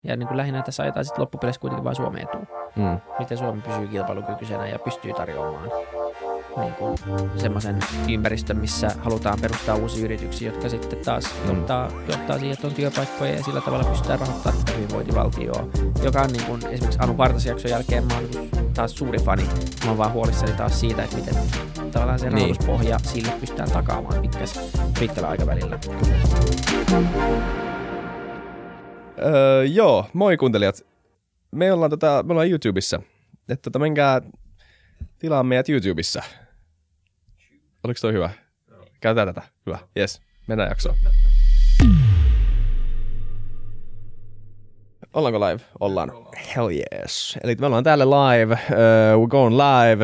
Ja niin kuin lähinnä tässä ajetaan sitten loppupeleissä kuitenkin vain Suomeen etuun. Miten Suomi pysyy kilpailukykyisenä ja pystyy tarjoamaan niin kuin semmoisen ympäristön, missä halutaan perustaa uusia yrityksiä, jotka sitten taas johtaa siihen, että on työpaikkoja ja sillä tavalla pystytään rahoittamaan hyvinvointivaltioa, joka on niin kuin esimerkiksi Anu Partas-jakson jälkeen mä oon taas suuri fani. Mä oon vaan huolissani taas siitä, että miten tavallaan se rahoituspohja sille pystytään takaamaan pitkällä aikavälillä. Joo, moi kuuntelijat. Me ollaan YouTubessa. Että menkää tilaa meidät YouTubessa. Oliko toi hyvä? Käytetään tätä. Hyvä. Yes. Mennään jaksoon. Ollaanko live? Ollaan. Hell yes. Eli me ollaan täällä live. We're going live.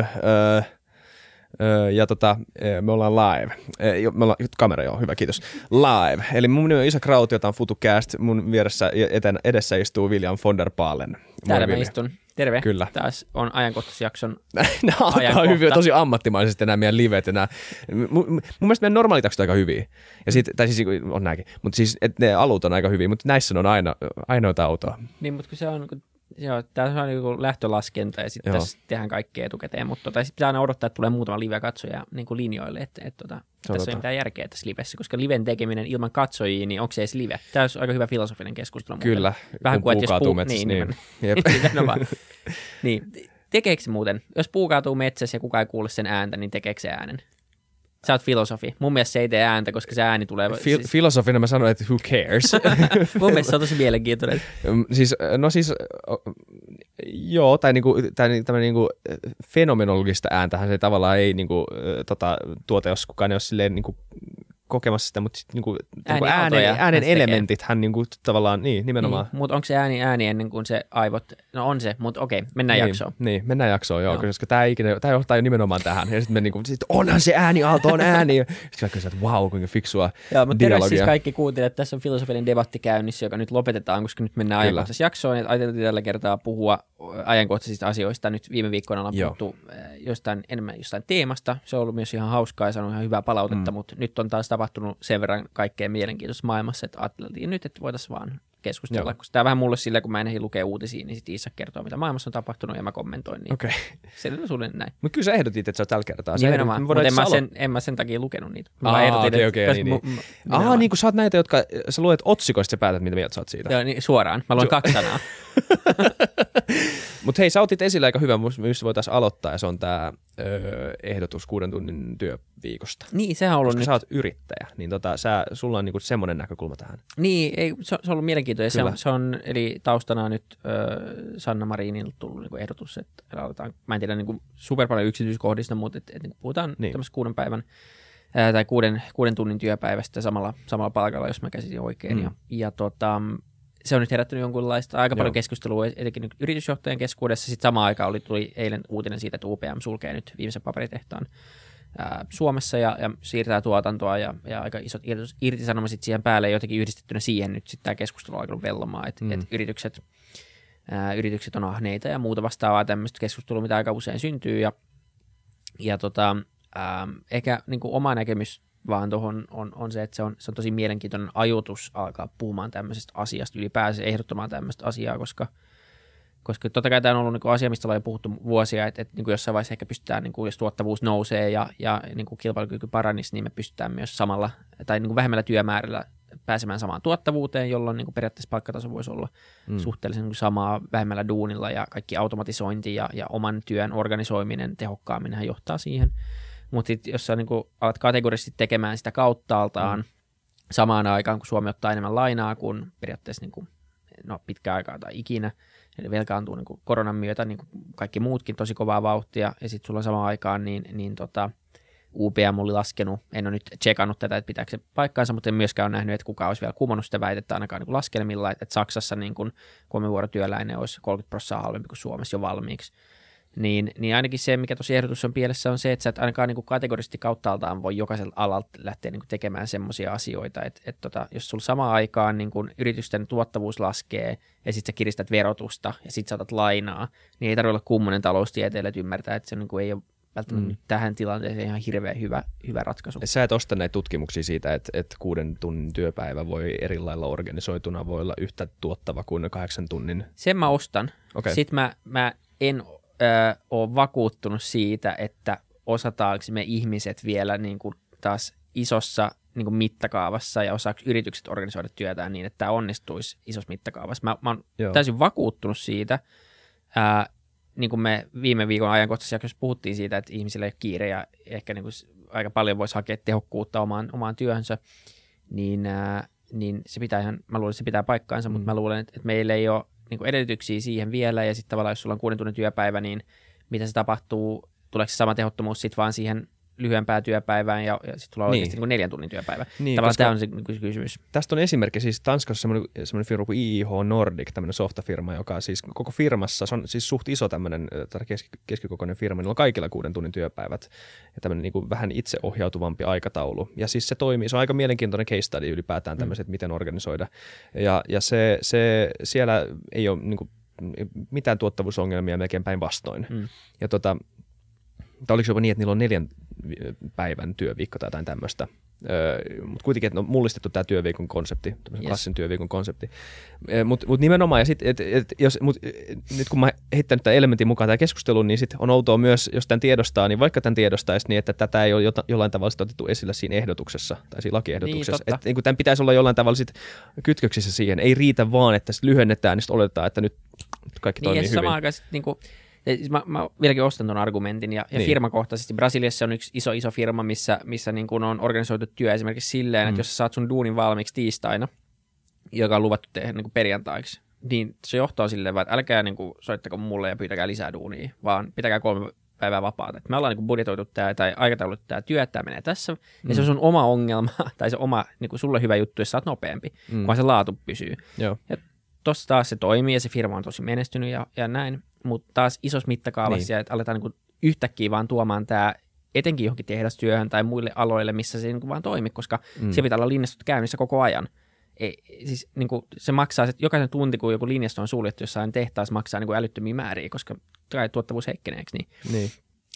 Ja me ollaan live. Me ollaan, kamera joo, hyvä, kiitos. Live. Eli mun nimi on Isa Krautio, tää on FutuCast. Mun vieressä edessä istuu William von der Baalen. Täällä mä istun. Terve. Kyllä. Taas on ajankohtaisjakson ajankohta. On hyvin, tosi ammattimaisesti nämä meidän livet. Mun mielestä meidän normaalitaksot on aika hyviä. Ja tai siis on nämäkin. Mutta siis ne alut on aika hyviä, mutta näissä on ainoita autoa. Niin, mutta kun se on... Joo, tämä on joku lähtölaskenta ja sitten tässä tehdään kaikkea etukäteen, mutta sitten pitää aina odottaa, että tulee muutama live-katsoja niin kuin linjoille, että tässä ei mitään järkeä tässä livessä, koska liven tekeminen ilman katsojia, niin onko se edes live? Tämä on aika hyvä filosofinen keskustelu. Kyllä, vähän kun puu kaatuu metsässä. Niin, tekeekö se muuten, jos puu kaatuu metsässä ja kukaan ei kuule sen ääntä, niin tekeekö se äänen? Sä oot filosofi. Mun mielestä se ei tee ääntä, koska se ääni tulee... Filosofina mä sanoin, että who cares? Mun mielestä se on tosi mielenkiintoinen. Joo, tai tämmöinen fenomenologista ääntähän se tavallaan ei tuota, jos kukaan ei ole silleen kokemassa sitä, mutta sitten äänen elementithän tavallaan, nimenomaan. Niin, mutta onko se ääni ennen kuin se aivot, no on se, mutta okei, mennään jaksoon. Niin, mennään jaksoon, joo. Koska tämä johtaa jo nimenomaan tähän. Ja sitten me onhan se ääniaalto, on ääni. Sitten kyllä että vau, kuinka fiksua joo, mutta terveys siis kaikki kuuntelijat, tässä on filosofinen debatti käynnissä, joka nyt lopetetaan, koska nyt mennään ajankohtaisessa jaksoon. Ajateltiin tällä kertaa puhua ajankohtaisista asioista. Nyt viime viikkoina ollaan puhuttu jostain teemasta. Se on ollut myös ihan hauskaa ja saanut ihan hyvää palautetta, mutta nyt on taas tapahtunut sen verran kaikkea mielenkiintoista maailmassa, että ajateltiin nyt, että voitaisiin vaan keskustella. Koska tämä vähän mulle sillä, kun mä en ehdi lukea uutisia, niin sitten Iisa kertoo, mitä maailmassa on tapahtunut ja mä kommentoin. Niin se on sulle näin. Mutta kyllä sä ehdotit, että sä oot tällä kertaa. Nimenomaan, mutta en mä sen takia lukenut niitä. Niin kun sä oot näitä, jotka sä luet otsikoista ja päätät, mitä mieltä sä oot siitä. Joo, niin suoraan. Mä luen 2 sanaa. Mutta hei, sä otit esille aika hyvä, mistä voitaisiin aloittaa, ja se on tämä ehdotus 6 tunnin työviikosta. Niin, sehän on ollut koska sä oot yrittäjä, niin sulla on niinku semmoinen näkökulma tähän. Niin, se on ollut mielenkiintoinen. Se on, eli taustana nyt Sanna Marinilta tullut niinku ehdotus, että aloitetaan, mä en tiedä niinku super paljon yksityiskohdista, mutta niinku puhutaan tämmöistä 6 päivän tai 6 tunnin työpäivästä samalla palkalla, jos mä käsitin oikein. Ja se on nyt herättänyt jonkunlaista aika paljon keskustelua, etenkin nyt yritysjohtajan keskuudessa. Sitten samaan aikaan tuli eilen uutinen siitä, että UPM sulkee nyt viimeisen paperitehtaan Suomessa ja siirtää tuotantoa ja aika isot irtisanomiset siihen päälle, jotenkin yhdistettynä siihen nyt sitten tämä keskustelu on alkanut vellomaan, että yritykset on ahneita ja muuta vastaavaa tämmöistä keskustelua, mitä aika usein syntyy ja ehkä niin kuin oma näkemys vaan tuohon on se, että se on tosi mielenkiintoinen ajoitus alkaa puhumaan tämmöisestä asiasta, ylipäänsä ehdottamaan tämmöistä asiaa, koska totta kai tämä on ollut niin kuin asia, mistä ollaan puhuttu vuosia, että niin kuin jossain vaiheessa ehkä pystytään, niin kuin jos tuottavuus nousee ja niin kuin kilpailukyky paranisi, niin me pystytään myös samalla tai niin kuin vähemmällä työmäärällä pääsemään samaan tuottavuuteen, jolloin niin kuin periaatteessa palkkataso voisi olla suhteellisen niin kuin samaa vähemmällä duunilla ja kaikki automatisointi ja oman työn organisoiminen, tehokkaaminen johtaa siihen. Mutta jos sä niin alat kategorisesti tekemään sitä kauttaaltaan samaan aikaan, kun Suomi ottaa enemmän lainaa kuin periaatteessa niin pitkään aikaa tai ikinä, eli velkaantuu niin koronan myötä niin kaikki muutkin tosi kovaa vauhtia, ja sitten sulla samaan aikaan niin UPM oli laskenut, en ole nyt tsekannut tätä, että pitääkö se paikkaansa, mutta en myöskään ole nähnyt, että kukaan olisi vielä kumonnut sitä väitettä ainakaan niin laskelmilla, että Saksassa niin 3-vuorotyöläinen olisi 30% halvempi kuin Suomessa jo valmiiksi. Niin ainakin se, mikä tosi ehdotus on pielessä, on se, että sä et ainakaan niin kategorisesti kauttaaltaan voi jokaisella alalta lähteä niin tekemään semmoisia asioita, että jos sulla samaan aikaan niin yritysten tuottavuus laskee ja sitten sä kiristät verotusta ja sitten sä otat lainaa, niin ei tarvitse olla kummonen taloustieteilijä, että ymmärtää, että se niin ei ole välttämättä nyt tähän tilanteeseen ihan hirveän hyvä ratkaisu. Sä et osta näitä tutkimuksia siitä, että 6 tunnin työpäivä voi eri lailla organisoituna voi olla yhtä tuottava kuin 8 tunnin? Sen mä ostan. Okay. Sitten mä en ole vakuuttunut siitä, että osataanko me ihmiset vielä niin kuin taas isossa niin kuin mittakaavassa ja osaako yritykset organisoida työtään niin, että tämä onnistuisi isossa mittakaavassa. Mä oon täysin vakuuttunut siitä, niin kuin me viime viikon ajankohtaisessa jaksossa puhuttiin siitä, että ihmisillä ei ole kiire ja ehkä niin kuin aika paljon voisi hakea tehokkuutta omaan työhönsä, niin se pitää mä luulen, että se pitää paikkaansa, mutta mä luulen, että meillä ei ole niin kuin edellytyksiä siihen vielä, ja sitten tavallaan jos sulla on 6 tunnin työpäivä, niin mitä se tapahtuu, tuleeko se sama tehottomuus sitten vaan siihen lyhyempään työpäivään ja sitten tulee oikeasti niin 4 tunnin työpäivä. Niin, tavallaan tämä on se kysymys. Tästä on esimerkki, siis Tanskassa semmoinen firma kuin IIH Nordic, tämmöinen softafirma, joka siis koko firmassa, se on siis suht iso tämmöinen keskikokoinen firma, niillä on kaikilla 6 tunnin työpäivät ja tämmöinen niin kuin vähän itseohjautuvampi aikataulu. Ja siis se toimii, se on aika mielenkiintoinen case study ylipäätään tämmöiset, miten organisoida. Ja se siellä ei ole niin kuin mitään tuottavuusongelmia, melkein päinvastoin. Ja tai oliko jopa niin, että niillä on 4 päivän työviikko tai jotain tämmöistä. Mutta kuitenkin, että on mullistettu tämä työviikon konsepti, klassinen työviikon konsepti. Mutta nimenomaan, ja nyt kun mä heittänyt tämän elementin mukaan tähän keskusteluun, niin sit on outoa myös, jos tämän tiedostaa, niin vaikka tämän tiedostaisi, niin että tätä ei ole jollain tavalla otettu esillä siinä ehdotuksessa tai siinä lakiehdotuksessa. Niin, että niin tämän pitäisi olla jollain tavalla sit kytköksissä siihen. Ei riitä vaan, että sit lyhennetään, niin sitten oletetaan, että nyt kaikki toimii hyvin. Samaan aikaan sitten mä vieläkin ostan tuon argumentin ja firmakohtaisesti. Brasiliassa on yksi iso firma, missä niin kuin on organisoitu työ esimerkiksi silleen, että jos sä saat sun duunin valmiiksi tiistaina, joka on luvattu tehdä niin kuin perjantaiksi, niin se johtaa silleen, että älkää niin kuin soittako mulle ja pyytäkää lisää duunia, vaan pitäkää 3 päivää vapaata. Me ollaan niin kuin budjetoitu tämä tai aikataulut tämä työ, että tämä menee tässä, ja se on sun oma ongelma, tai se oma niin kuin sulle hyvä juttu, jos sä oot nopeampi, vaan se laatu pysyy. Joo. Ja tossa taas se toimii, ja se firma on tosi menestynyt ja näin. Mutta taas isossa mittakaavassa, niin. Että aletaan niinku yhtäkkiä vaan tuomaan tämä etenkin johonkin tehdastyöhön tai muille aloille, missä se niinku vaan toimii, koska se pitää olla linjastot käynnissä koko ajan. Siis niinku se maksaa, että jokaisen tunti, kun joku linjasto on suljettu jossain tehtaassa, maksaa niinku älyttömiä määriä, koska tuottavuus heikkenee, eikö niin?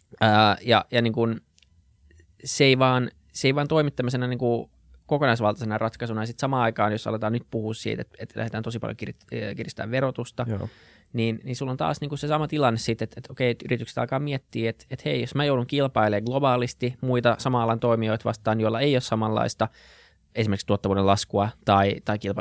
Ja niinku, se ei vaan toimi tämmöisenä niinku kokonaisvaltaisena ratkaisuna. Ja sitten samaan aikaan, jos aletaan nyt puhua siitä, että lähdetään tosi paljon kiristämään verotusta, niin sulla on taas niinku se sama tilanne sitten, että okei, yritykset alkaa miettiä, että hei, jos mä joudun kilpailemaan globaalisti muita saman alan toimijoita vastaan, joilla ei ole samanlaista esimerkiksi tuottavuuden laskua tai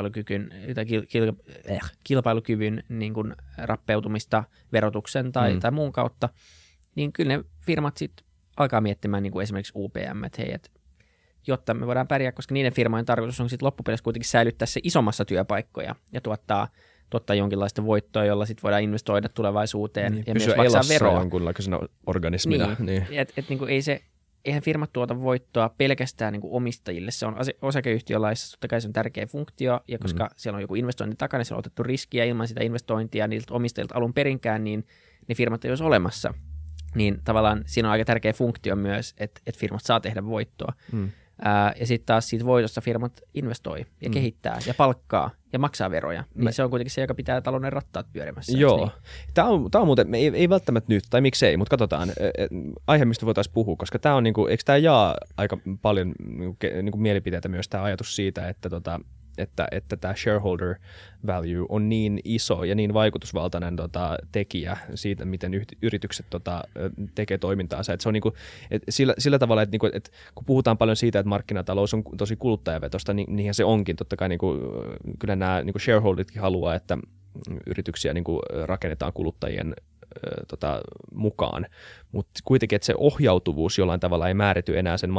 kilpailukyvyn niin kuin rappeutumista verotuksen tai muun kautta, niin kyllä ne firmat sitten alkaa miettimään niin kuin esimerkiksi UPM, että hei, jotta me voidaan pärjää, koska niiden firmojen tarkoitus on sitten loppupeleissä kuitenkin säilyttää se isommassa työpaikkoja ja tuottaa jonkinlaista voittoa, jolla sitten voidaan investoida tulevaisuuteen ja myös maksaa veroa. Jonkunlaisena organismina. Niin. Niinku eihän firmat tuota voittoa pelkästään niinku omistajille. Se on osakeyhtiölaissa, totta kai se on tärkeä funktio, ja koska siellä on joku investointi takana, siellä on otettu riskiä ilman sitä investointia niiltä omistajilta alun perinkään, niin ne firmat ei olisi olemassa. Niin tavallaan siinä on aika tärkeä funktio myös, että firmat saa tehdä voittoa. Ja sitten taas siitä voitosta firmat investoi ja kehittää ja palkkaa ja maksaa veroja. Niin se on kuitenkin se, joka pitää talouden rattaat pyörimässä. Joo. Niin? Tämä on muuten, ei välttämättä nyt, tai miksei, mutta katsotaan aihe, mistä voitaisiin puhua, koska tämä on, eikö tämä jaa aika paljon mielipiteitä myös tämä ajatus siitä, että tämä shareholder value on niin iso ja niin vaikutusvaltainen tekijä siitä, miten yritykset tekee toimintaansa. Että se on sillä tavalla, että kun puhutaan paljon siitä, että markkinatalous on tosi kuluttajavetosta, niin niinhän se onkin. Totta kai kyllä nämä shareholderitkin haluaa, että yrityksiä rakennetaan kuluttajien mukaan, mutta kuitenkin, että se ohjautuvuus jollain tavalla ei määrity enää sen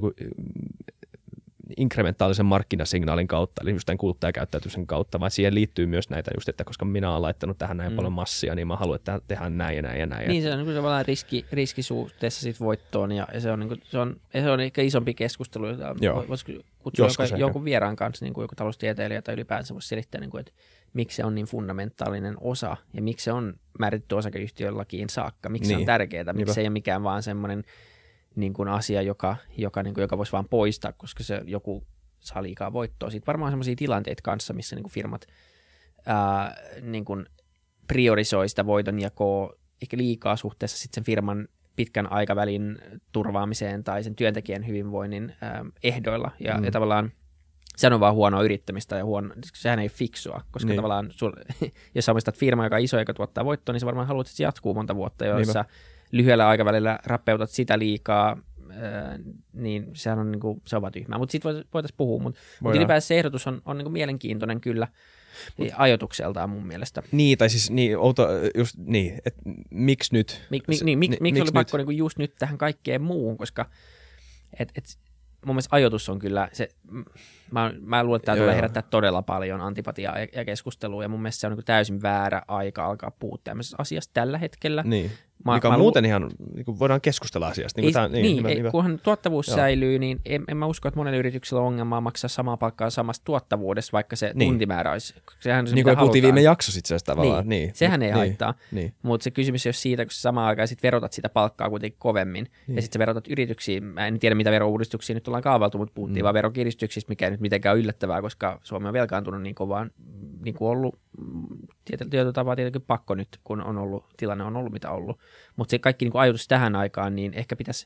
inkrementaalisen markkinasignaalin kautta, eli just tämän kuluttajakäyttäytymisen kautta, vaan siihen liittyy myös näitä just, että koska minä olen laittanut tähän näin paljon massia, niin mä haluan, että tehdään näin ja näin ja näin. Niin, se on tavallaan riskisuhteessa sit voittoon, ja se on ehkä isompi keskustelu, jota voisiko kutsua jonkun vieraan kanssa, niin kuin joku taloustieteilijä tai ylipäänsä voisi selittää, niin kuin, että miksi se on niin fundamentaalinen osa, ja miksi se on määritetty osakeyhtiön lakiin saakka, miksi se on tärkeää, miksi se ei ole mikään vaan semmoinen niin kuin asia, joka voisi vaan poistaa, koska se joku saa liikaa voittoa. Sitten varmaan sellaisia tilanteita kanssa, missä niin kuin firmat niin kuin priorisoi sitä voitonjakoa ehkä liikaa suhteessa sitten sen firman pitkän aikavälin turvaamiseen tai sen työntekijän hyvinvoinnin ehdoilla. Ja tavallaan sehän on vaan huonoa yrittämistä ja sehän ei fiksua, koska tavallaan jos sä omistat firma, joka on iso eikä tuottaa voittoa, niin sä varmaan haluat, että se jatkuu monta vuotta, jos sä lyhyellä aikavälillä rappeutat sitä liikaa, niin sehän on, niin kuin, se on vaan tyhmää. Mutta siitä voitaisiin puhua, mutta ylipäätään se ehdotus on niin kuin mielenkiintoinen kyllä ajotukseltaan mun mielestä. Niin, tai siis just niin, että miksi nyt? Miksi oli pakko niin kuin just nyt tähän kaikkeen muuhun, koska mun mielestä ajoitus on kyllä se, mä luulen, että tämä tulee herättää todella paljon antipatiaa ja keskustelua, ja mun mielestä se on niin kuin täysin väärä aika alkaa puhua tämmöisestä asiasta tällä hetkellä. Niin. Mikä on muuten ihan, niin kuin voidaan keskustella asiasta. Kunhan tuottavuus säilyy, niin en mä usko, että monella yrityksellä on ongelmaa maksaa samaa palkkaa samasta tuottavuudessa, vaikka se tuntimäärä olisi. Sehän on se, niin kuin puhuttiin viime jaksossa itse asiassa tavallaan. Sehän ei haittaa, mutta se kysymys ei ole siitä, kun sä samaan aikaan sit verotat sitä palkkaa kuitenkin kovemmin, ja sitten sä verotat yrityksiin. Mä en tiedä, mitä verouudistuksia nyt ollaan kaavailtu, mutta puhuttiin vaan verokiristyksistä, mikä ei nyt mitenkään ole yllättävää, koska Suomi on velkaantunut niin kovaan, niin kuin ollut tietyllä tapaa tietenkin pakko nyt, kun tilanne on ollut mitä ollut. Mutta se kaikki niin kuin ajatus tähän aikaan, niin ehkä pitäisi,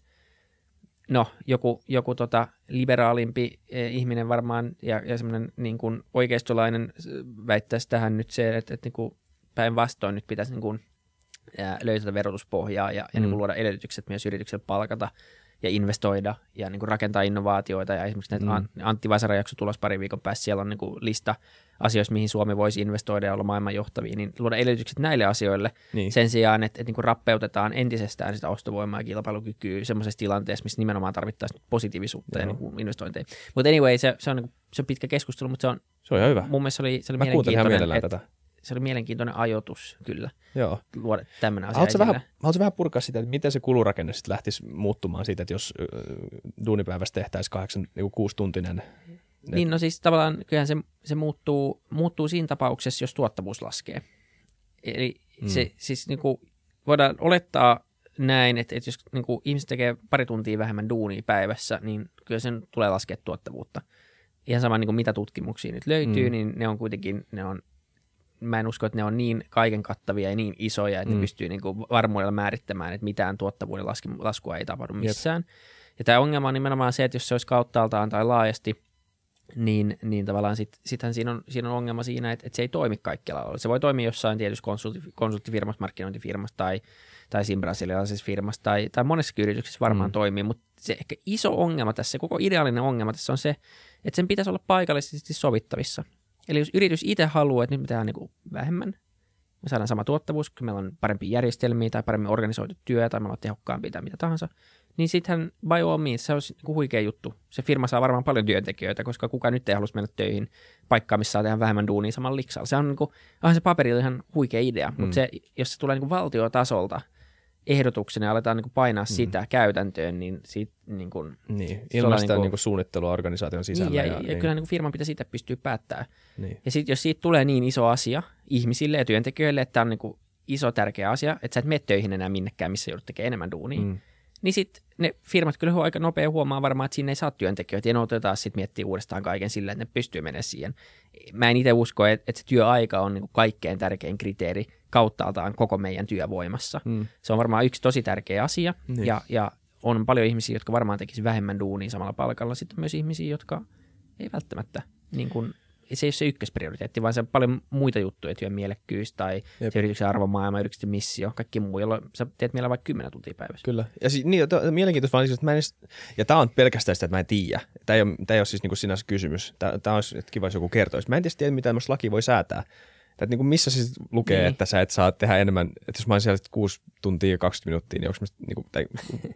joku liberaalimpi ihminen varmaan ja semmoinen niin kuin oikeistolainen väittäisi tähän nyt se, että niin kuin päinvastoin nyt pitäisi niin kuin löytää verotuspohjaa ja niin kuin luoda edellytykset myös yritykselle palkata ja investoida ja niin kuin rakentaa innovaatioita. Ja esimerkiksi näitä Antti Vasaran jakso tulos pari viikon päässä, siellä on niin kuin lista asioista, mihin Suomi voisi investoida ja olla maailman johtavia, niin luoda edellytykset näille asioille sen sijaan, että niin kuin rappeutetaan entisestään sitä ostovoimaa ja kilpailukykyä semmoisessa tilanteessa, missä nimenomaan tarvittaisiin positiivisuutta ja niin kuin investointeja. Mutta anyway, se on pitkä keskustelu, mutta se on ihan hyvä. Mun mielestä se oli mielenkiintoinen. Se oli mielenkiintoinen ajoitus, kyllä, luoda tämmöinen asia. Haluatko vähän purkaa sitä, että miten se kulurakenne sitten lähtisi muuttumaan siitä, että jos duunipäivässä tehtäisiin 6-tuntinen? Niin, no siis tavallaan kyllähän se muuttuu siinä tapauksessa, jos tuottavuus laskee. Eli se siis niin kuin voidaan olettaa näin, että jos niin kuin ihmiset tekee pari tuntia vähemmän duunia päivässä, niin kyllä sen tulee laskea tuottavuutta. Ihan sama niin kuin mitä tutkimuksia nyt löytyy, niin ne on kuitenkin, mä en usko, että ne on niin kaiken kattavia ja niin isoja, että ne pystyy niin kuin varmuudella määrittämään, että mitään tuottavuuden laskua ei tapahdu missään. Ja tämä ongelma on nimenomaan se, että jos se olisi kauttaaltaan tai laajasti, niin tavallaan sittenhän siinä on ongelma siinä, että se ei toimi kaikkialla. Se voi toimia jossain tietyssä konsulttifirmassa, markkinointifirmassa tai siinä brasilialaisessa firmassa tai monessa yrityksessä varmaan toimii, mutta se ehkä iso ongelma tässä, se koko ideaalinen ongelma tässä on se, että sen pitäisi olla paikallisesti sovittavissa. Eli jos yritys itse haluaa, että nyt me tehdään niin kuin vähemmän, me saadaan sama tuottavuus, kun meillä on parempia järjestelmiä tai paremmin organisoitu työ tai me ollaan tehokkaampia tai mitä tahansa, niin sittenhän by all means se olisi niin huikea juttu. Se firma saa varmaan paljon työntekijöitä, koska kukaan nyt ei halus mennä töihin paikkaan, missä saa tehdä vähemmän duunia samalla liksalla. Se on niin kuin, se paperilla ihan huikea idea, mutta jos se tulee niin kuin valtiotasolta ehdotuksena ja aletaan niin kuin painaa sitä käytäntöön, niin siitä niin kuin... Niin, ilman sitä niin kuin suunnittelua organisaation sisällä. Niin, ja kyllä niin kuin firman pitäisi itse pystyä päättämään. Niin. Ja sitten jos siitä tulee niin iso asia ihmisille ja työntekijöille, että tämä on niin kuin iso tärkeä asia, että sä et mene töihin enää minnekään, missä joudut tekemään enemmän duunia, niin sitten ne firmat kyllä aika nopea huomaa varmaan, että siinä ei saa työntekijöitä, ja ne otetaan sitten miettiä uudestaan kaiken sillä, että ne pystyy menemään siihen. Mä en itse usko, että se työaika on niin kuin kaikkein tärkein kriteeri kauttaaltaan koko meidän työvoimassa. Se on varmaan yksi tosi tärkeä asia, ja on paljon ihmisiä, jotka varmaan tekisivät vähemmän duunia samalla palkalla. Sitten on myös ihmisiä, jotka ei välttämättä, niin kuin, se ei ole se ykkösprioriteetti, vaan se on paljon muita juttuja, työn mielekkyys tai se yrityksen arvomaailma, yrityksen missio, kaikki muu, jolloin sä teet meillä vaikka 10 tuntia päivässä. Kyllä. Ja mielenkiintoista vaan, että ja tämä on pelkästään sitä, että mä en tiedä. Tämä ei ole siis niin kuin sinänsä kysymys. Tämä olisi kiva, jos joku kertoisi. Mä en tiedä, mitä tämmöistä lakia voi säätää. Että niin kuin missä se lukee, että sä et saa tehdä enemmän, että jos mä oon siellä 6 tuntia ja 20 minuuttia, niin onko niin kuin, tai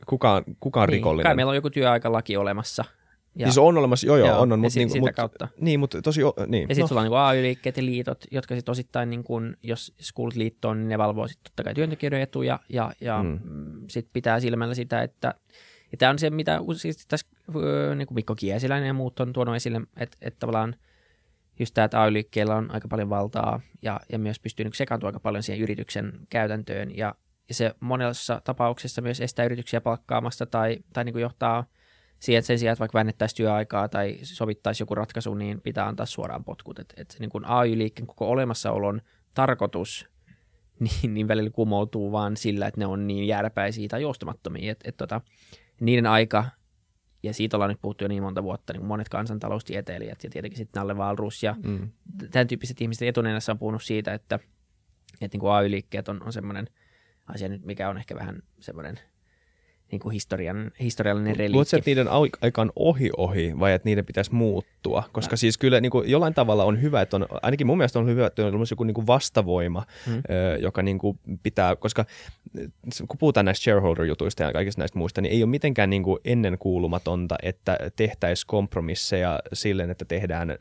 kukaan rikollinen? Kai meillä on joku työaikalaki olemassa. Ja, siis on olemassa, joo, on. Mutta sitä kautta. Niin, mutta tosi, niin. Ja sitten sulla on niin AY-liikkeet ja liitot, jotka sitten osittain, niin kun, jos kuulut liittoon, niin ne valvoo sitten totta kai työntekijöiden etuja, ja sitten pitää silmällä sitä, että ja tämä on se, mitä siis tässä niin kuin Mikko Kiesiläinen ja muut on tuonut esille, että tavallaan just tämä, että AY-liikkeellä on aika paljon valtaa, ja myös pystyy niin sekaantumaan aika paljon siihen yrityksen käytäntöön, ja se monessa tapauksessa myös estää yrityksiä palkkaamasta tai niin kuin johtaa siihen, että sen sijaan, että vaikka vähennettäisiin työaikaa tai sovittaisiin joku ratkaisu, niin pitää antaa suoraan potkut. Että se niin kuin AY-liikkeen koko olemassaolon tarkoitus niin välillä kumoutuu vaan sillä, että ne on niin jääräpäisiä tai joustamattomia, että niiden aika, ja siitä ollaan nyt puhuttu jo niin monta vuotta, niin monet kansantaloustieteilijät ja tietenkin sitten Nalle Wahlroos ja tämän tyyppiset ihmiset etunenässä on puhunut siitä, että niin kuin AY-liikkeet on semmoinen asia nyt, mikä on ehkä vähän semmoinen niin kuin historiallinen reliikki. Luuletko, että niiden aika on ohi vai että niiden pitäisi muuttua? Koska siis kyllä niin kuin jollain tavalla on hyvä, että on, ainakin mun mielestä on hyvä, että on ollut joku niin kuin vastavoima, joka niin kuin pitää, koska kun puhutaan näistä shareholder-jutuista ja kaikista näistä muista, niin ei ole mitenkään niin kuin ennenkuulumatonta, että tehtäisiin kompromisseja silleen, että tehdään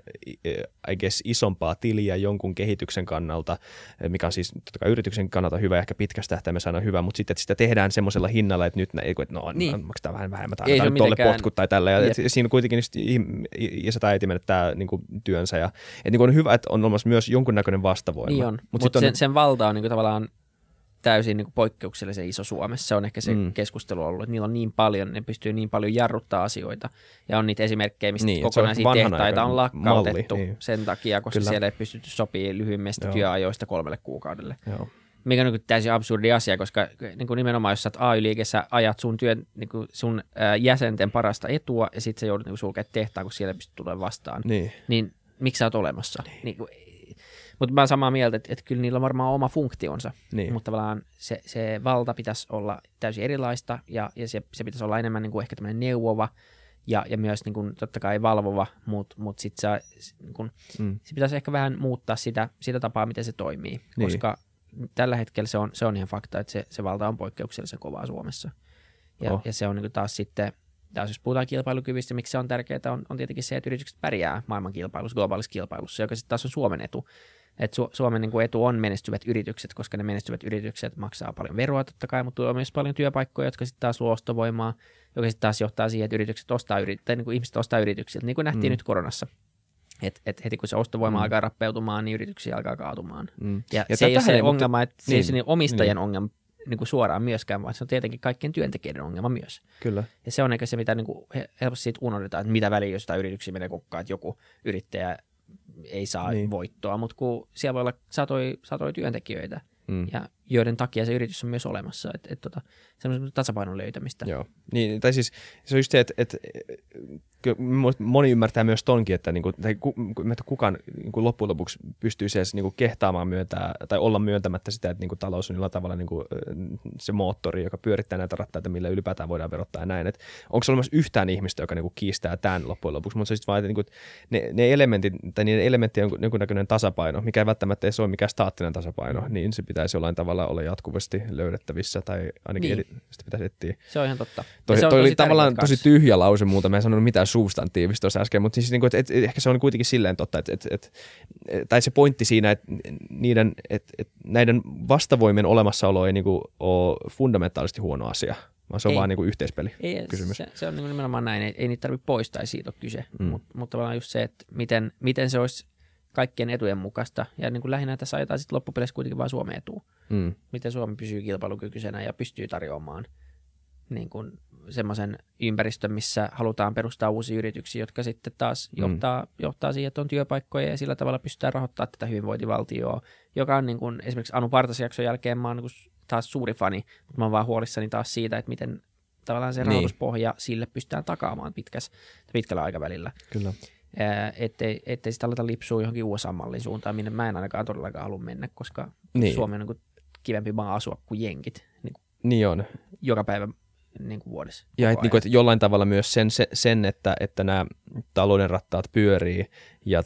I guess isompaa tiliä jonkun kehityksen kannalta, mikä on siis totta kai yrityksen kannalta hyvä, ehkä pitkästä tähtäimessä aina hyvä, mutta sitten, että sitä tehdään semmoisella hinnalla, että nyt maksetaan vähän vähemmän, tai annetaan tuolle potkut tai tällä, ja siinä kuitenkin isä tai äiti menettää niin kuin työnsä, ja että niin kuin on hyvä, että on olemassa myös jonkunnäköinen vastavoima. Niin on, mutta sen valta on niin kuin tavallaan täysin niin kuin poikkeuksellisen iso Suomessa. Se on ehkä se keskustelu ollut, että niillä on niin paljon, ne pystyy niin paljon jarruttaa asioita, ja on niitä esimerkkejä, mistä kokonaisia tehtaita on lakkautettu sen takia, koska siellä ei pystytty sopimaan lyhyimmistä työajoista 3 kuukaudelle. Joo. Mikä on niin täysin absurdi asia, koska niin kuin nimenomaan jos sä oot AY-liikessä, ajat sun sun jäsenten parasta etua ja sitten sä joudut niin sulkemaan tehtaan, kun siellä pystyt tulemaan vastaan, niin miksi sä oot olemassa? Niin mutta mä oon samaa mieltä, että kyllä niillä on varmaan oma funktionsa, mutta tavallaan se valta pitäisi olla täysin erilaista ja se pitäisi olla enemmän niin kuin ehkä tämmöinen neuvova ja myös niin kuin, totta kai valvova, mutta sitten niin se pitäisi ehkä vähän muuttaa sitä tapaa, miten se toimii, koska tällä hetkellä se on ihan fakta, että se valta on poikkeuksellisen kovaa Suomessa. Ja se on niin taas sitten, jos puhutaan kilpailukyvystä, miksi se on tärkeää, on tietenkin se, että yritykset pärjää maailmankilpailussa, globaalissa kilpailussa, joka sitten taas on Suomen etu. Että Suomen niin kuin etu on menestyvät yritykset, koska ne menestyvät yritykset maksaa paljon veroa totta kai, mutta tuo myös paljon työpaikkoja, jotka sitten taas luo ostovoimaa, joka sitten taas johtaa siihen, että yritykset tai niin kuin ihmiset ostaa yrityksiltä, niin kuin nähtiin nyt koronassa. Et heti kun se ostovoima alkaa rappeutumaan, niin yrityksiä alkaa kaatumaan. Ja se ei ole se ongelma, että se ei ole omistajien ongelma niin kuin suoraan myöskään, vaan se on tietenkin kaikkien työntekijöiden ongelma myös. Kyllä. Ja se on ehkä se, mitä niin kuin helposti siitä unohdetaan, että mitä väliä jostain yrityksiä menee kukkaan, että joku yrittäjä ei saa voittoa, mutta kun siellä voi olla satoja työntekijöitä, ja joiden takia se yritys on myös olemassa, että semmoisen tasapainon löytämistä. Joo, niin, tai siis se on just se, että moni ymmärtää myös tonkin, että kukaan loppujen lopuksi pystyisi edes kehtaamaan myöntää tai olla myöntämättä sitä, että talous on jollain tavalla se moottori, joka pyörittää näitä rattaita, millä ylipäätään voidaan verottaa ja näin. Onko se olemassa yhtään ihmistä, joka kiistää tämän loppujen lopuksi, mutta se sitten vaan, että ne elementit, tai niiden elementtien on jonkunnäköinen tasapaino, mikä ei välttämättä edes ole mikään staattinen tasapaino, niin se pitäisi jollain tavalla olla jatkuvasti löydettävissä tai ainakin sitä pitäisi etsiä. Se on ihan totta. Toi oli tavallaan tosi tyhjä lause muuta, mä en sanonut mitään substantiivista tuossa äsken, mutta siis että ehkä se on kuitenkin silleen totta, tai se pointti siinä, että näiden vastavoimien olemassaolo ei ole fundamentaalisesti huono asia, vaan se on vaan yhteispeli-kysymys. Se on nimenomaan näin, ei niitä tarvitse poistaa, ei siitä ole kyse, mutta tavallaan just se, että miten se olisi kaikkien etujen mukaista, ja lähinnä tässä ajetaan sitten loppupeleissä kuitenkin vaan Suomen etua. Miten Suomi pysyy kilpailukykyisenä ja pystyy tarjoamaan semmoisen ympäristön, missä halutaan perustaa uusia yrityksiä, jotka sitten taas johtaa siihen, että on työpaikkoja ja sillä tavalla pystytään rahoittamaan tätä hyvinvointivaltioa, joka on esimerkiksi Anu Partas-jakson jälkeen mä oon taas suuri fani, mutta mä oon vaan huolissani taas siitä, että miten tavallaan se rahoituspohja sille pystytään takaamaan pitkällä aikavälillä. Kyllä. Ettei sitä aleta lipsua johonkin USA-mallin suuntaan, minne mä en ainakaan todellakaan halua mennä, koska Suomi on kivempi maa asua kuin jenkit. Niin on. Joka päivä vuodessa. Ja että jollain tavalla myös sen että nämä talouden rattaat pyörii ja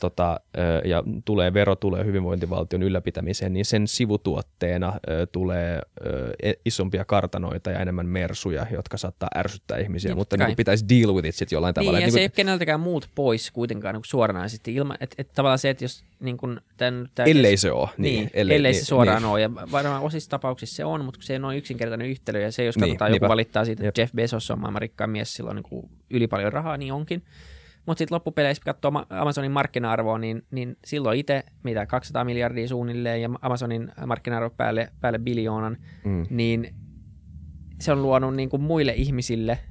vero tulee hyvinvointivaltion ylläpitämiseen, niin sen sivutuotteena tulee isompia kartanoita ja enemmän mersuja, jotka saattaa ärsyttää ihmisiä, mutta pitäisi deal with it sitten jollain tavalla. Niin, ja se ei ole keneltäkään muut pois kuitenkaan suoranaisesti, että tavallaan se, että jos ellei se ole. Ellei se suoraan ole, ja varmaan osissa tapauksissa se on, mutta se on yksinkertainen yhtälö, ja se jos katsotaan, joku valittaa siitä, että Jeff Bezos on maailman rikkain mies, sillä on yli paljon rahaa, niin onkin. Mutta sitten loppupeleissä, kun katsoo Amazonin markkina-arvoa, niin silloin itse, 200 miljardia suunnilleen, ja Amazonin markkina-arvo päälle biljoonan, niin se on luonut muille ihmisille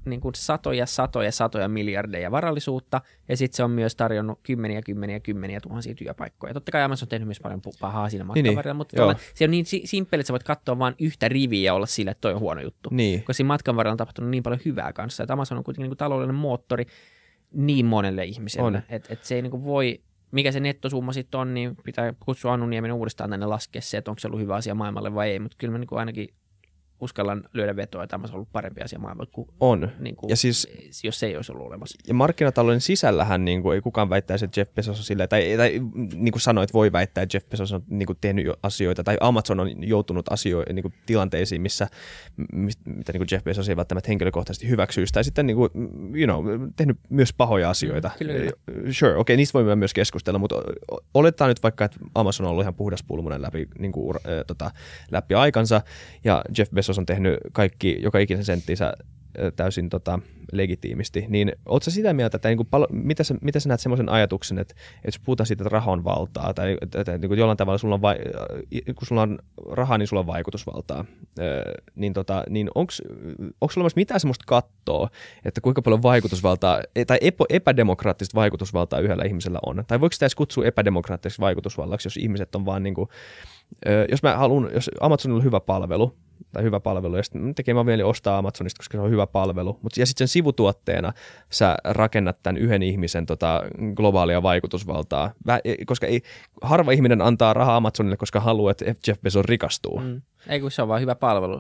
niin kuin satoja miljardeja varallisuutta, ja sitten se on myös tarjonnut kymmeniä tuhansia työpaikkoja. Totta kai Amazon on tehnyt myös paljon pahaa siinä matkan varrella, mutta se on niin simppeli, että sä voit katsoa vain yhtä riviä ja olla sille, että toi on huono juttu. Niin. Koska siinä matkan varrella on tapahtunut niin paljon hyvää kanssa, että Amazon on kuitenkin niin kuin taloudellinen moottori niin monelle ihmiselle, että se ei niin kuin voi, mikä se nettosumma sitten on, niin pitää kutsua Anu Niemen uudestaan tänne laskea se, että onko se ollut hyvä asia maailmalle vai ei, mutta kyllä mä niin kuin ainakin uskallan lyödä vetoa, että Amazon on ollut parempi asia maailmalle kuin, on. Niin kuin, ja siis, jos se ei olisi ollut olemassa. Ja markkinatalouden sisällähän niin kuin, ei kukaan väittäisi, että Jeff Bezos on silleen, tai niin kuin sanoit, voi väittää, että Jeff Bezos on niin kuin, tehnyt asioita, tai Amazon on joutunut niin kuin, tilanteisiin, mitä niin kuin Jeff Bezos ei välttämättä henkilökohtaisesti hyväksyisi, tai sitten niin kuin, tehnyt myös pahoja asioita. Kyllä. Sure, okei, niistä voimme myös keskustella, mutta oletetaan nyt vaikka, että Amazon on ollut ihan puhdaspulmunen läpi aikansa, ja Jeff Bezos on tehnyt joka ikisen senttinsä täysin legitiimisti, niin ootko sä sitä mieltä, että niin mitä sä näet semmoisen ajatuksen, että jos puhutaan siitä, että raha on valtaa, tai että niin jollain tavalla kun sulla on rahaa, niin sulla on vaikutusvaltaa, niin onko olemassa mitään semmoista kattoa, että kuinka paljon vaikutusvaltaa, tai epädemokraattista vaikutusvaltaa yhdellä ihmisellä on, tai voiko sitä edes kutsua epädemokraattiseksi vaikutusvallaksi, jos ihmiset on vaan niin kuin, jos Amazonilla on hyvä palvelu, ja sitten tekee mä mieli ostaa Amazonista, koska se on hyvä palvelu. Ja sitten sen sivutuotteena sä rakennat tämän yhden ihmisen globaalia vaikutusvaltaa. Koska harva ihminen antaa rahaa Amazonille, koska haluaa, että Jeff Bezos rikastuu. Ei kun se on vaan hyvä palvelu.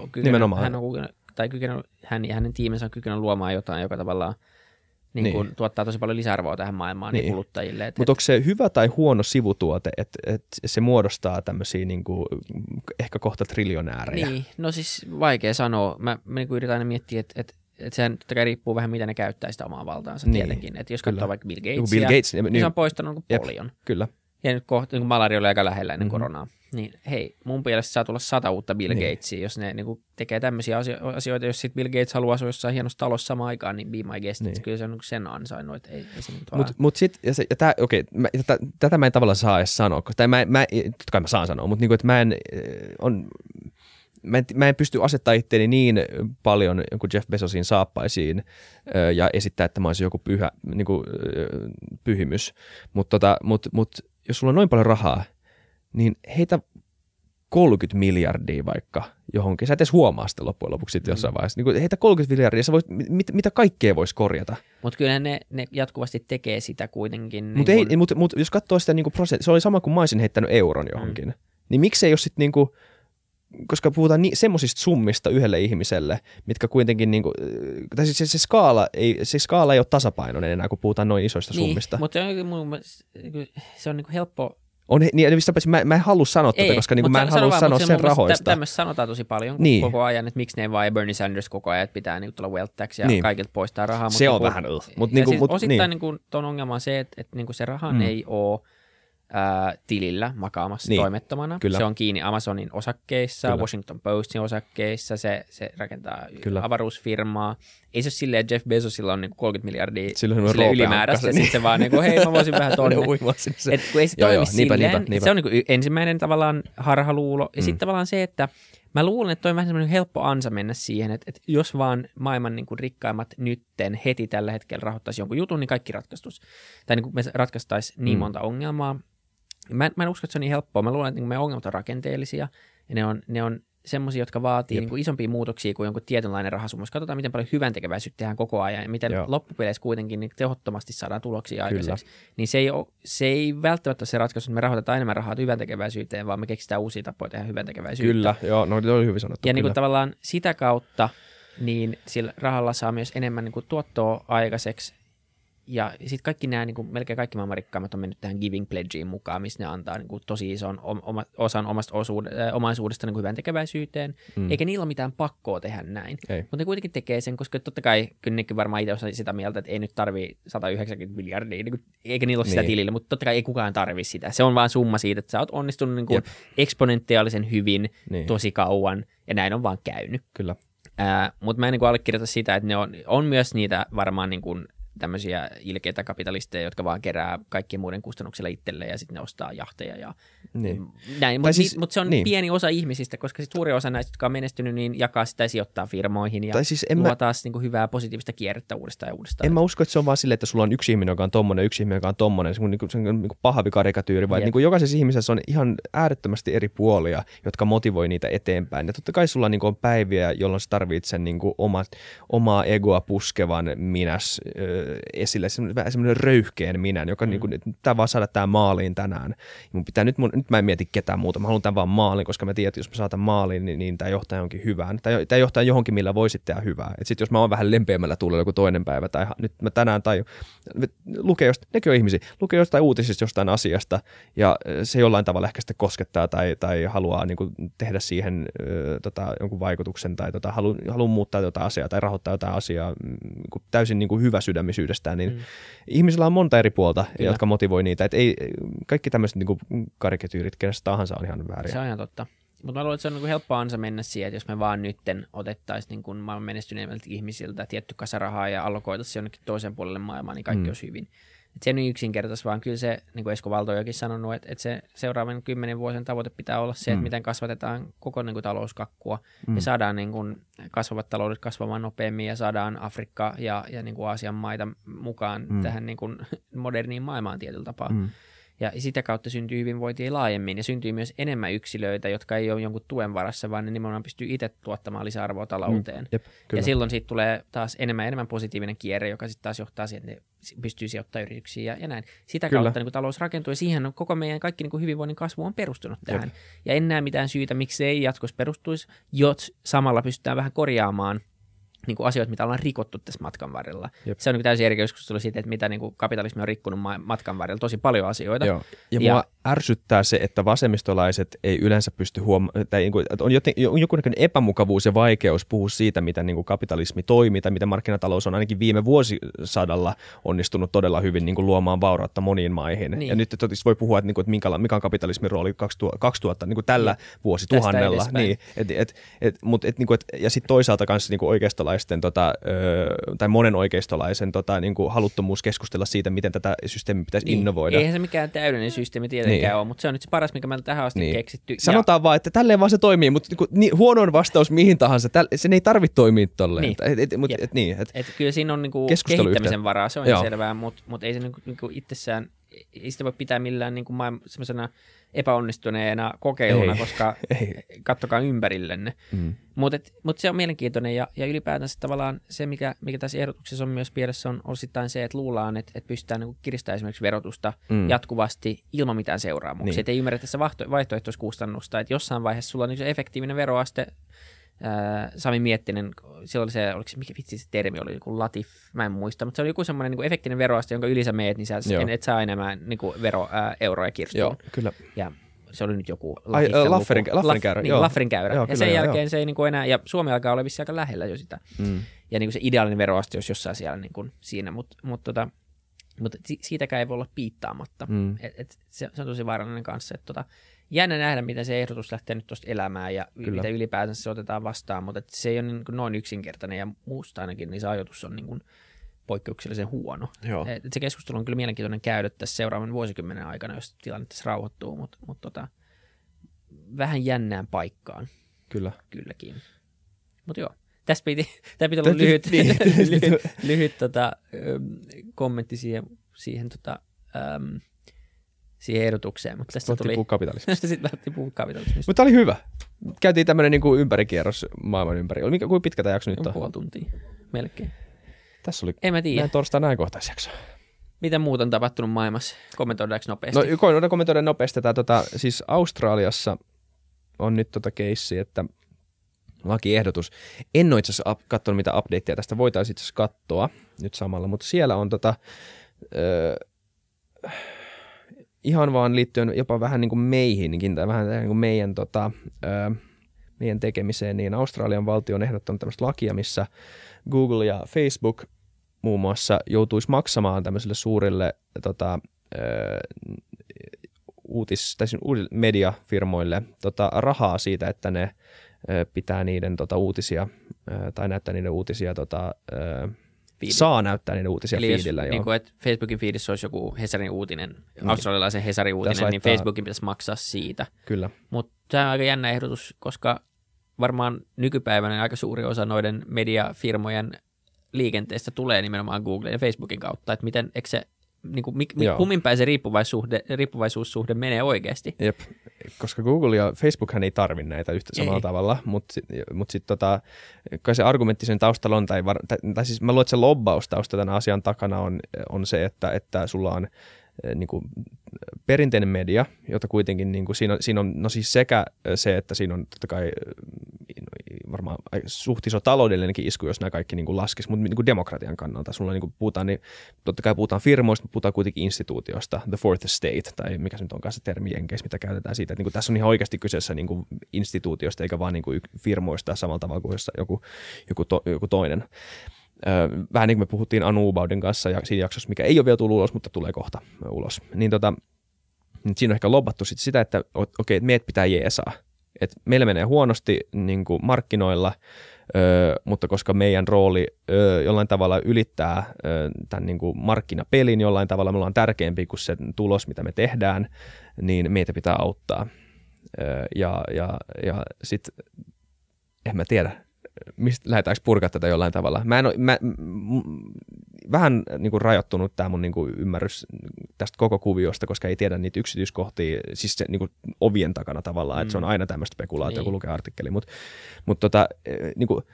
Hän ja hänen tiimensä on kykynyt luomaan jotain, joka tavallaan niin. Tuottaa tosi paljon lisäarvoa tähän maailmaan niin kuluttajille. Mutta onko se hyvä tai huono sivutuote, että se muodostaa tämmöisiä niin kuin, ehkä kohta triljonäärejä? Niin, no siis vaikea sanoa. Mä niin kuin yritän aina miettiä, että sehän totta kai riippuu vähän, mitä ne käyttää sitä omaa valtaansa tietenkin. Että jos katsoo vaikka Bill Gatesia, niin se on poistanut paljon. Kyllä. Ja nyt kohta, niin malaria oli aika lähellä ennen koronaa. Niin hei, mun mielestä saa tulla 100 uutta Bill Gatesia, jos ne niin kuin, tekee tämmöisiä asioita. Jos sitten Bill Gates haluaa asua jossain hienossa talossa samaan aikaan, niin be my guest. Kyllä se on sen ansainnut, että ei se nyt vaan. Mutta sitten, tätä mä en tavallaan saa edes sanoa, koska totta kai mä saan sanoa, mutta niinku, että mä en pysty asettamaan itteeni niin paljon kuin Jeff Bezosin saappaisiin ja esittää, että mä olisin joku pyhimys. Mutta jos sulla on noin paljon rahaa, niin heitä 30 miljardia vaikka johonkin. Sä et edes huomaa sitä loppujen lopuksi jossain vaiheessa. Niin heitä 30 miljardia, sä voit, mitä kaikkea voisi korjata. Mutta kyllä ne jatkuvasti tekee sitä kuitenkin. Mutta jos katsoo sitä niin prosentti, se oli sama kuin mä olisin heittänyt euron johonkin. Niin miksei jos sitten niinku, koska puhutaan semmoisista summista yhdelle ihmiselle, mitkä kuitenkin, niinku, tai siis se skaala ei ole tasapainoinen enää, kun puhutaan noin isoista summista. Mutta se on niinku helppo. Mä en halua sanoa tätä, koska niinku mä en halua sanoa sen rahoista. Tämmöistä sanotaan tosi paljon koko ajan, että miksi ne vaan Bernie Sanders koko ajan, että pitää niinku tulla wealth tax ja kaikilta poistaa rahaa. Se on vähän osittain niinku ton ongelma on se, että niinku se rahan ei ole tilillä makaamassa toimettomana. Kyllä. Se on kiinni Amazonin osakkeissa, kyllä. Washington Postin osakkeissa, se rakentaa avaruusfirmaa. Ei se ole silleen, että Jeff Bezosilla on niinku 30 miljardia ylimääräistä, ja sitten se vaan niinku, hei mä voisin vähän tonne. Kun ei se toimi silleen, se on niinku ensimmäinen tavallaan harhaluulo, ja sitten tavallaan se, että mä luulen, että toi on vähän semmoinen helppo ansa mennä siihen, että jos vaan maailman niin kuin rikkaimmat nytten heti tällä hetkellä rahoittaisi jonkun jutun, niin kaikki ratkaistus. Tai niin kuin me ratkaistaisiin niin monta ongelmaa. Mä en usko, että se on niin helppoa. Mä luulen, että meidän ongelmat on rakenteellisia, ja ne on semmoisia, jotka vaatii niin kuin isompia muutoksia kuin jonkun tietynlainen rahasumma. Jos katsotaan, miten paljon hyväntekeväisyyttä tehdään koko ajan, ja miten loppupeleissä kuitenkin niin tehottomasti saadaan tuloksia aikaiseksi, niin se ei välttämättä se ratkaisu, että me rahoitetaan enemmän rahaa hyväntekeväisyyteen, vaan me keksitään uusia tapoja tehdä hyväntekeväisyyttä. Kyllä, oli hyvin sanottu. Ja niin kuin tavallaan sitä kautta, niin sillä rahalla saa myös enemmän niin kuin tuottoa aikaiseksi. Ja sitten kaikki nämä, niin kuin melkein kaikki maailman rikkaimmat on mennyt tähän Giving Pledgeen mukaan, missä ne antaa niin kuin tosi ison osan omasta omaisuudesta niin kuin hyvän tekeväisyyteen, eikä niillä ole mitään pakkoa tehdä näin. Mutta ne kuitenkin tekee sen, koska totta kai kyllä nekin varmaan itse on sitä mieltä, että ei nyt tarvii 190 miljardia, niin kuin, eikä niillä ole sitä tilillä, mutta totta kai ei kukaan tarvii sitä. Se on vaan summa siitä, että sä oot onnistunut niin kuin eksponentiaalisen hyvin tosi kauan, ja näin on vaan käynyt. Kyllä. Mutta mä en niin kuin allekirjoita sitä, että ne on myös niitä varmaan niin kuin tämmöisiä ilkeitä kapitalisteja, jotka vaan kerää kaikkien muiden kustannuksilla itselleen ja sitten ne ostaa jahteja ja näin. Mutta siis, se on pieni osa ihmisistä, koska sit suuri osa näistä, jotka on menestynyt, niin jakaa sitä ja sijoittaa firmoihin ja luo taas niin kuin hyvää positiivista kierrettä uudestaan ja uudestaan. En mä usko, että se on vaan silleen, että sulla on yksi ihminen, joka on tommonen, yksi ihminen, joka on tommonen. Se on niin kuin pahavi karikatyyri, vaan niin jokaisessa ihmisessä on ihan äärettömästi eri puolia, jotka motivoi niitä eteenpäin. Ja totta kai sulla niin kuin on päiviä, jolloin sä tarvitset sen niin kuin omaa egoa puskevan minäs esille, semmoinen röyhkeen minän, joka niin kuin, pitää vaan saada tämä maaliin tänään. Mun pitää, nyt mä en mieti ketään muuta, mä haluan tämän vaan maaliin, koska mä tiedän, että jos mä saatan maaliin, niin tämä johtaa johonkin hyvään. Tämä johtaa johonkin, millä voisit tehdä hyvää. Sitten jos mä oon vähän lempeämmällä tuulella joku toinen päivä, tai nyt mä tänään nekin on ihmisiä, lukee jostain uutisista jostain asiasta, ja se jollain tavalla ehkä sitten koskettaa, tai haluaa niin kuin tehdä siihen jonkun vaikutuksen, tai haluaa muuttaa jotain asiaa, tai rahoittaa jotain asiaa niin täysin niin kuin hyväsydämisyydestään, niin ihmisillä on monta eri puolta, jotka motivoi niitä. Et ei, kaikki tämmöiset niin kuin karikatyyrit, kenestä tahansa on ihan väärin. Se on ihan totta. Mutta mä luulen, että se on niin helppo ansa mennä siihen, että jos me vaan nytten otettaisiin niin maailman menestyneimmiltä ihmisiltä tietty kasa rahaa ja allokoitaisiin se jonnekin toiseen puolelle maailmaa, niin kaikki olisi hyvin. Et se ei ole yksinkertaisesti, vaan kyllä se, niin kuin Esko Valtojokin sanonut, että se seuraavan 10 vuosien tavoite pitää olla se, että miten kasvatetaan koko niin kuin talouskakkua ja saadaan niin kuin kasvavat taloudet kasvamaan nopeammin ja saadaan Afrikka ja niin kuin Aasian maita mukaan tähän niin kuin moderniin maailmaan tietyllä tapaa. Ja sitä kautta syntyy hyvinvointia laajemmin ja syntyy myös enemmän yksilöitä, jotka ei ole jonkun tuen varassa, vaan ne nimenomaan pystyy itse tuottamaan lisäarvoa talouteen. Ja silloin siitä tulee taas enemmän positiivinen kierre, joka sitten taas johtaa siihen, että ne pystyy sijoittamaan yrityksiin ja näin. Sitä kautta niin talous rakentuu ja siihen on koko meidän kaikki niin hyvinvoinnin kasvu on perustunut tähän. Ja en näe mitään syytä, miksi se ei jatkossa perustuisi, jos samalla pystytään vähän korjaamaan niin kuin asioita, mitä ollaan rikottu tässä matkan varrella. Se on niin täysin eri keskustelu siitä, että mitä niin kuin kapitalismi on rikkunut matkan varrella. Tosi paljon asioita. Joo. Ja mua ärsyttää se, että vasemmistolaiset ei yleensä pysty tai niin kuin, on joku epämukavuus ja vaikeus puhua siitä, miten niin kuin kapitalismi toimii tai miten markkinatalous on ainakin viime vuosisadalla onnistunut todella hyvin niin kuin luomaan vaurautta moniin maihin. Niin. Ja nyt voi puhua, että, niin kuin, että mikä on kapitalismin rooli 2000 niin kuin tällä vuosituhannella. Niin, ja sitten toisaalta kanssa niin kuin oikeistolaisten tai monen oikeistolaisen niin kuin haluttomuus keskustella siitä, miten tätä systeemiä pitäisi innovoida. Eihän se mikään täydellinen systeemi tietenkään ole, mutta se on nyt se paras, mikä meillä tähän asti keksitty. Sanotaan vaan, että tälleen vaan se toimii, mutta huonoin vastaus mihin tahansa, sen ei tarvitse toimia tolleen. Kyllä siinä on niinku kehittämisen varaa, se on ihan selvää, mutta ei se niinku itsessään, ei sitä voi pitää millään niinku semmoisena epäonnistuneena kokeiluna, koska kattokaa ympärillenne. Mutta se on mielenkiintoinen ja ylipäätänsä tavallaan se, mikä tässä ehdotuksessa on myös pielessä, on osittain se, että luullaan, että pystytään niin kiristämään esimerkiksi verotusta jatkuvasti ilman mitään seuraamuksia. Niin. Että ei ymmärretä tässä vaihtoehtoiskustannusta, että jossain vaiheessa sulla on niin se efektiivinen veroaste. Sami Miettinen, silloin se, oliko se, mikä vitsi se termi oli, joku latif, mä en muista, mutta se oli joku semmoinen niin efektinen veroaste, jonka yli sä meet, niin sä et saa enemmän niin euroja kirstuun. Joo, kyllä. Ja se oli nyt joku Lafferin käyrä. Lafferin käyrä. Joo, ja sen jälkeen se ei niin kuin enää, ja Suomi alkaa olla vissiin aika lähellä jo sitä. Ja niin kuin se ideaalinen veroaste olisi jossain siellä niin kuin siinä, mutta siitäkään ei voi olla piittaamatta. Se on tosi vaarallinen kanssa, että jännä nähdä, miten se ehdotus lähtee nyt tuosta elämään ja mitä ylipäätänsä se otetaan vastaan, mutta se ei ole niin kuin noin yksinkertainen ja muusta ainakin, niin se ajoitus on niin kuin poikkeuksellisen huono. Se keskustelu on kyllä mielenkiintoinen käydä tässä seuraavan vuosikymmenen aikana, jos tilanne tässä rauhoittuu, mutta vähän jännään paikkaan. Kylläkin. Mutta joo, tämä piti olla lyhyt kommentti siihen ehdotukseen, mutta tästä tuli kapitalismista. Sitten lähti puhua kapitalismista. Mutta oli hyvä. Käytiin tämmöinen niin kuin ympärikierros maailman ympäri. Kuinka pitkä tämä jakso nyt on? Puoli tuntia, melkein. Tässä oli en mä tiedä. Näin torstain ajankohtaisjakso. Mitä muuta on tapahtunut maailmassa? Kommentoidaanko nopeasti? No kommentoidaan nopeasti. Siis Australiassa on nyt keissi, että lakiehdotus. En ole itse asiassa katsonut mitä updateja tästä voitaisiin itse asiassa katsoa nyt samalla, mutta siellä on ihan vaan liittyen jopa vähän niin kuin meihinkin tai vähän niin kuin meidän tekemiseen, niin Australian valtio on ehdottanut tämmöistä lakia, missä Google ja Facebook muun muassa joutuisi maksamaan tämmöisille suurille mediafirmoille rahaa siitä, että ne pitää niiden uutisia tai näyttää niiden uutisia Saa näyttää niiden uutisia eli feedillä. Eli niin että Facebookin feedissä olisi joku Hesarin uutinen, australialaisen Hesarin uutinen, niin Facebookin pitäisi maksaa siitä. Kyllä. Mutta tämä on aika jännä ehdotus, koska varmaan nykypäivänä aika suuri osa noiden mediafirmojen liikenteestä tulee nimenomaan Googlen ja Facebookin kautta, että miten, eikö se, niin kuin, kummin päin se riippuvaisuussuhde menee oikeasti? Jep, koska Google ja Facebookhan ei tarvitse näitä yhtä samalla tavalla, mutta sitten kai se argumentti sen taustalla on, tai siis mä luulen, että se lobbaustausta tämän asian takana on se, että sulla on niin kuin perinteinen media, jota kuitenkin niin kuin siinä on no siis sekä se, että siinä on totta kai varmaan suht iso taloudellinenkin isku, jos nämä kaikki niin kuin laskisi, mutta niin kuin demokratian kannalta. Sulla niin kuin totta kai puhutaan firmoista, mutta puhutaan kuitenkin instituutiosta, the fourth estate, tai mikä se nyt onkaan se termi jenkeissä, mitä käytetään siitä, että niin kuin tässä on ihan oikeasti kyseessä niin kuin instituutiosta, eikä vaan niin kuin firmoista samalla tavalla kuin joku toinen. Vähän niin kuin me puhuttiin Anu Ubaudin kanssa ja siinä jaksossa, mikä ei ole vielä tullut ulos, mutta tulee kohta ulos. Niin siinä on ehkä lobbattu sitä, että okei, että meidät pitää jeesaa. Että meillä menee huonosti niin kuin markkinoilla, mutta koska meidän rooli jollain tavalla ylittää tämän niin kuin markkinapelin, jollain tavalla me ollaan tärkeämpi kuin se tulos, mitä me tehdään, niin meitä pitää auttaa. Ja sitten, en mä tiedä, mistä lähdetäänkö purkaa tätä jollain tavalla. Vähän niin kuin rajoittunut tämä mun niin kuin ymmärrys tästä koko kuviosta, koska ei tiedä niitä yksityiskohtia, siis se niin kuin ovien takana tavallaan, että se on aina tämmöistä spekulaatiota, kun lukee artikkeli, mutta niin kuin,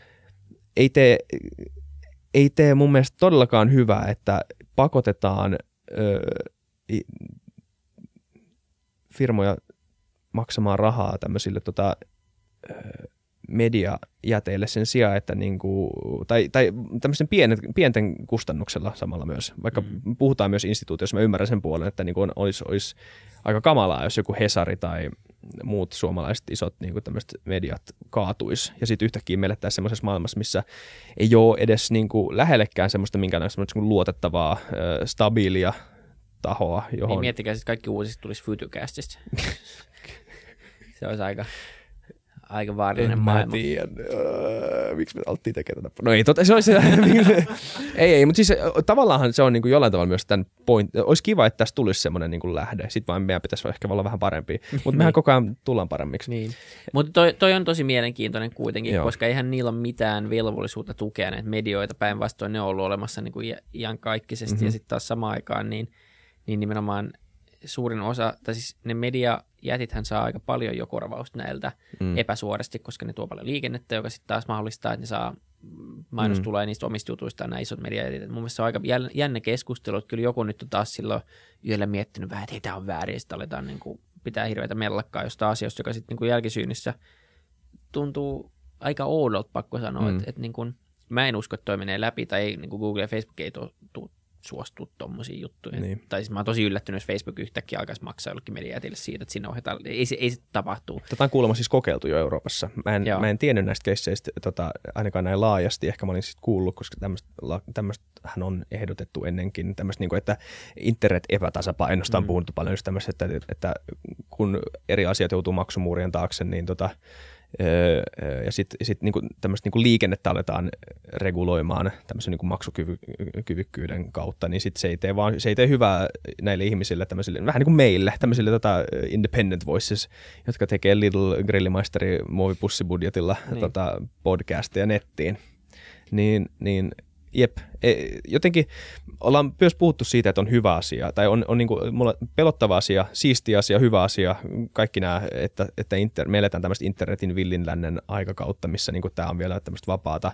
ei tee mun mielestä todellakaan hyvää, että pakotetaan firmoja maksamaan rahaa tämmöisille mediajäteille sen sijaan, että niinku, tai tämmöisten pienten kustannuksella samalla myös. Vaikka puhutaan myös instituutioissa, mä ymmärrän sen puolen, että niinku olisi aika kamalaa, jos joku Hesari tai muut suomalaiset isot niinku tämmöiset mediat kaatuisi. Ja sitten yhtäkkiä me elettäisiin semmoisessa maailmassa, missä ei ole edes niinku lähellekään semmoista minkäänlaista luotettavaa, stabiilia tahoa, johon... Niin miettikää, että kaikki uutiset tulisi Fytycastista. Se olisi aika vaarallinen maailma. En tiedä, miksi me alttiin tekemään tätä. No ei, se olisi ei, mutta siis tavallaan se on niin kuin jollain tavalla myös tämän point. Olisi kiva, että tässä tulisi semmoinen niin kuin lähde. Sitten vaan meidän pitäisi ehkä olla vähän parempia. Mutta mehän koko ajan tullaan paremmiksi. Niin. Mutta toi on tosi mielenkiintoinen kuitenkin, koska eihän niillä ole mitään velvollisuutta tukea näitä medioita. Päinvastoin ne on ollut olemassa niin kuin iankaikkisesti ja sitten taas samaan aikaan niin nimenomaan suurin osa, tai siis ne mediajätithän saa aika paljon jo korvausta näiltä epäsuorasti, koska ne tuo paljon liikennettä, joka sitten taas mahdollistaa, että ne saa mainostuloja niistä omista jutuistaan nämä isot mediajätit. Mun mielestä se on aika jännä keskustelu, että kyllä joku nyt on taas silloin yöllä miettinyt vähän, että hei, tämä on väärin, ja sitten aletaan niin kuin, pitää hirveätä mellakkaa jostain asiasta, joka sitten niin jälkisyynnissä tuntuu aika oudolta, pakko sanoa, että niin kuin, mä en usko, että toi menee läpi, tai ei, niin kuin Google ja Facebook ei suostuu tommosia juttuja. Niin. Tai siis mä oon tosi yllättynyt, jos Facebook yhtäkkiä alkaisi maksaa jollekin mediajätille siitä, että sinne ohjataan. Ei se tapahtuu. Tätä on kuulemma siis kokeiltu jo Euroopassa. Mä en tiennyt näistä keisseistä ainakaan näin laajasti. Ehkä mä olin sitten kuullut, koska tämmöistähän on ehdotettu ennenkin. Tämmöistä, niin että internet-epätasapainosta on puhuttu paljon just tämmöistä, että kun eri asiat joutuu maksumuurien taakse, niin ja sitten niin tämmöistä niin liikennettä aletaan reguloimaan tämmöisen niin maksukyvykkyyden kautta, niin sitten se ei tee hyvää näille ihmisille, tämmöisille, vähän niin kuin meille, tämmöisille independent voices, jotka tekee Little Grillimaisteri muovipussibudjetilla podcasteja nettiin. Niin jep, jotenkin ollaan myös puhuttu siitä, että on hyvä asia, tai on niin kuin mulla pelottava asia, siistiä asia, hyvä asia, kaikki nämä, että me eletään tämmöistä internetin villin lännen aikakautta, missä niin kuin tämä on vielä tämmöistä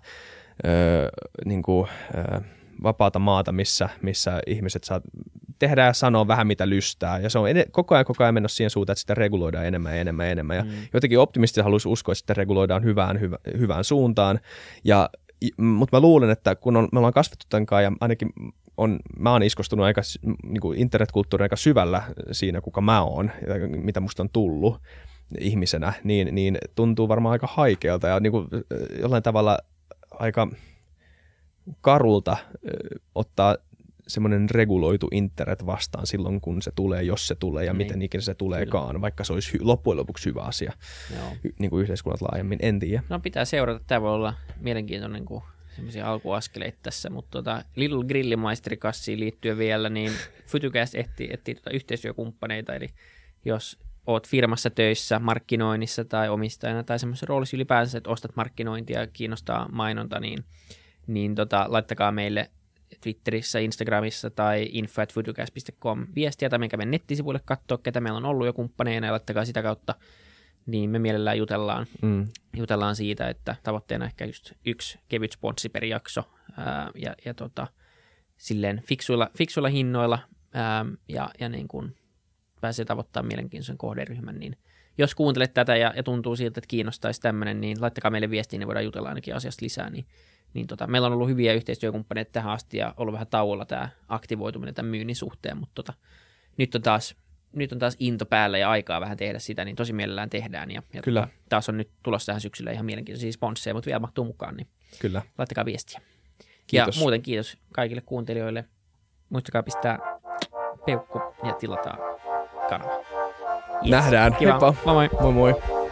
vapaata maata, missä ihmiset saa tehdä ja sanoa vähän mitä lystää, ja se on koko ajan mennä siihen suuntaan, että sitä reguloidaan enemmän, ja jotenkin optimisesti haluaisi uskoa, että sitä reguloidaan hyvään suuntaan, mutta mä luulen, että kun me ollaan kasvettu tämän kanssa ja ainakin mä oon iskostunut aika niin kuin internetkulttuurin aika syvällä siinä, kuka mä oon ja mitä musta on tullut ihmisenä, niin tuntuu varmaan aika haikealta ja niin kuin jollain tavalla aika karulta ottaa semmoinen reguloitu internet vastaan silloin, kun se tulee, jos se tulee ja miten ikinä se tuleekaan, vaikka se olisi loppujen lopuksi hyvä asia niin kuin yhteiskunnat laajemmin, en tiedä. No pitää seurata, tämä voi olla mielenkiintoinen, kun semmoisia alkuaskeleita tässä, mutta Little Grillimeisterikassiin liittyen vielä, niin Futucast etsii yhteistyökumppaneita, eli jos oot firmassa töissä, markkinoinnissa tai omistajana tai semmoisessa roolissa ylipäänsä, että ostat markkinointia ja kiinnostaa mainonta, niin laittakaa meille Twitterissä, Instagramissa tai info@futucast.com viestiä tai menkää meidän nettisivuille katsoa, ketä meillä on ollut jo kumppaneina ja laittakaa sitä kautta, niin me mielellään jutellaan siitä, että tavoitteena ehkä just yksi kevyt sponssi per jakso ja silleen fiksuilla hinnoilla ja niin kuin pääsee tavoittamaan mielenkiintoisen kohderyhmän, niin jos kuuntelet tätä ja tuntuu siltä, että kiinnostaisi tämmöinen, niin laittakaa meille viestiä, niin voidaan jutella ainakin asiasta lisää, niin meillä on ollut hyviä yhteistyökumppaneita tähän asti ja ollut vähän tauolla tämä aktivoituminen tämän myynnin suhteen, mutta nyt on taas into päällä ja aikaa vähän tehdä sitä, niin tosi mielellään tehdään. Ja Kyllä. Taas on nyt tulossa tähän syksyllä ihan mielenkiintoisia sponsseja, mutta vielä mahtuu mukaan, niin Kyllä. laittakaa viestiä. Kiitos. Ja muuten kiitos kaikille kuuntelijoille. Muistakaa pistää peukku ja tilataan kanava. Yes. Nähdään. Kiva. Heippa. Moi moi. Moi moi.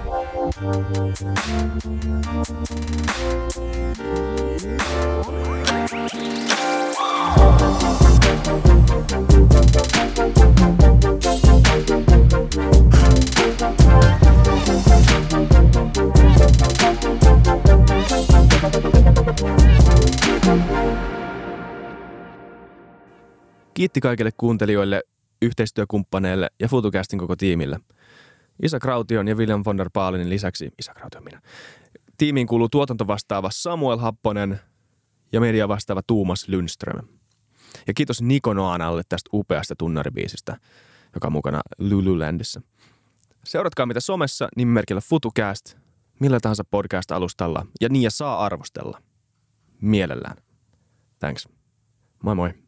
Kiitti kaikille kuuntelijoille, yhteistyökumppaneille ja Futucastin koko tiimille. Isa Kraution ja William von der Baalinin lisäksi, Isa Kraution minä, tiimiin kuuluu tuotantovastaava Samuel Happonen ja media vastaava Tuumas Lundström. Ja kiitos Niko Noanalle tästä upeasta tunnaribiisistä, joka on mukana Lululandissa. Seuratkaa mitä somessa nimimerkillä Futucast, millä tahansa podcast-alustalla ja saa arvostella. Mielellään. Thanks. Moi moi.